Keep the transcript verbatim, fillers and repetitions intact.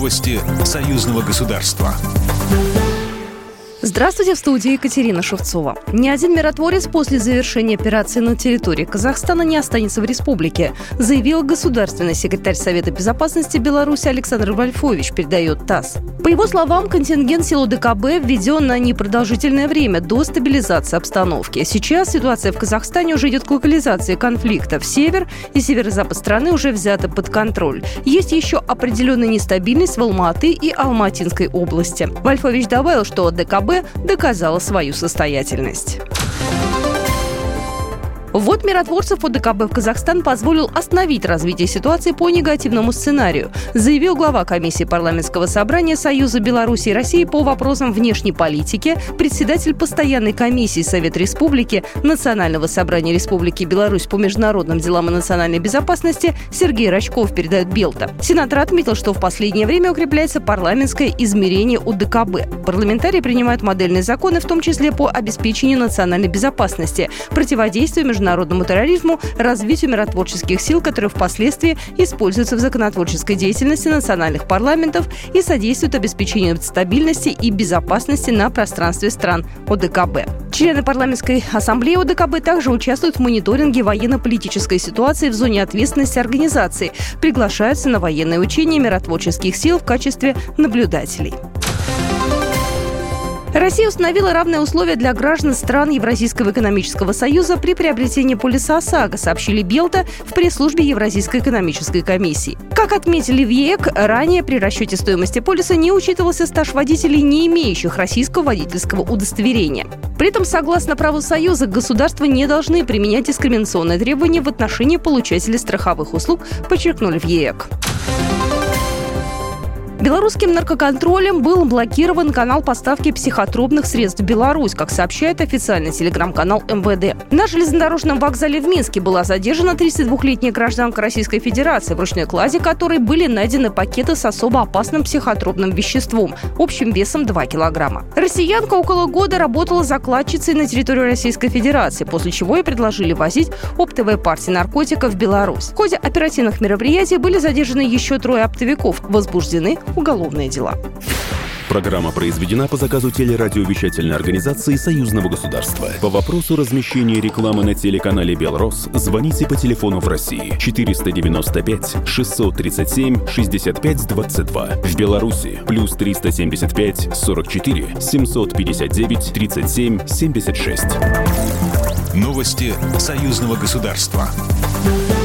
Новости союзного государства. Здравствуйте, в студии Екатерина Шевцова. Ни один миротворец после завершения операции на территории Казахстана не останется в республике, заявил государственный секретарь Совета безопасности Беларуси Александр Вольфович, передает ТАСС. По его словам, контингент сил ОДКБ введен на непродолжительное время до стабилизации обстановки. Сейчас ситуация в Казахстане уже идет к локализации конфликта. В север и северо-запад страны уже взяты под контроль. Есть еще определенная нестабильность в Алматы и Алматинской области. Вольфович добавил, что ОДКБ доказала свою состоятельность. Ввод миротворцев ОДКБ в Казахстан позволил остановить развитие ситуации по негативному сценарию, заявил глава комиссии парламентского собрания Союза Беларуси и России по вопросам внешней политики, председатель постоянной комиссии Совета Республики, Национального собрания Республики Беларусь по международным делам и национальной безопасности Сергей Рачков, передает Белта. Сенатор отметил, что в последнее время укрепляется парламентское измерение ОДКБ. Парламентарии принимают модельные законы, в том числе по обеспечению национальной безопасности, противодействию международному международному терроризму, развитию миротворческих сил, которые впоследствии используются в законотворческой деятельности национальных парламентов и содействуют обеспечению стабильности и безопасности на пространстве стран ОДКБ. Члены парламентской ассамблеи ОДКБ также участвуют в мониторинге военно-политической ситуации в зоне ответственности организации, приглашаются на военные учения миротворческих сил в качестве наблюдателей. Россия установила равные условия для граждан стран Евразийского экономического союза при приобретении полиса ОСАГО, сообщили Белта в пресс-службе Евразийской экономической комиссии. Как отметили в ЕЭК, ранее при расчете стоимости полиса не учитывался стаж водителей, не имеющих российского водительского удостоверения. При этом, согласно праву Союза, государства не должны применять дискриминационные требования в отношении получателей страховых услуг, подчеркнули в ЕЭК. Белорусским наркоконтролем был блокирован канал поставки психотропных средств в Беларусь, как сообщает официальный телеграм-канал эм вэ дэ. На железнодорожном вокзале в Минске была задержана тридцатидвухлетняя гражданка Российской Федерации, в ручной кладе которой были найдены пакеты с особо опасным психотропным веществом, общим весом два килограмма. Россиянка около года работала закладчицей на территории Российской Федерации, после чего ей предложили возить оптовые партии наркотиков в Беларусь. В ходе оперативных мероприятий были задержаны еще трое оптовиков, возбуждены уголовные дела. Программа произведена по заказу телерадиовещательной организации Союзного государства. По вопросу размещения рекламы на телеканале «Белрос» звоните по телефону в России четыреста девяносто пять шестьсот тридцать семь шестьдесят пять двадцать два. В Беларуси плюс триста семьдесят пять сорок четыре семьсот пятьдесят девять тридцать семь семьдесят шесть. Новости союзного государства.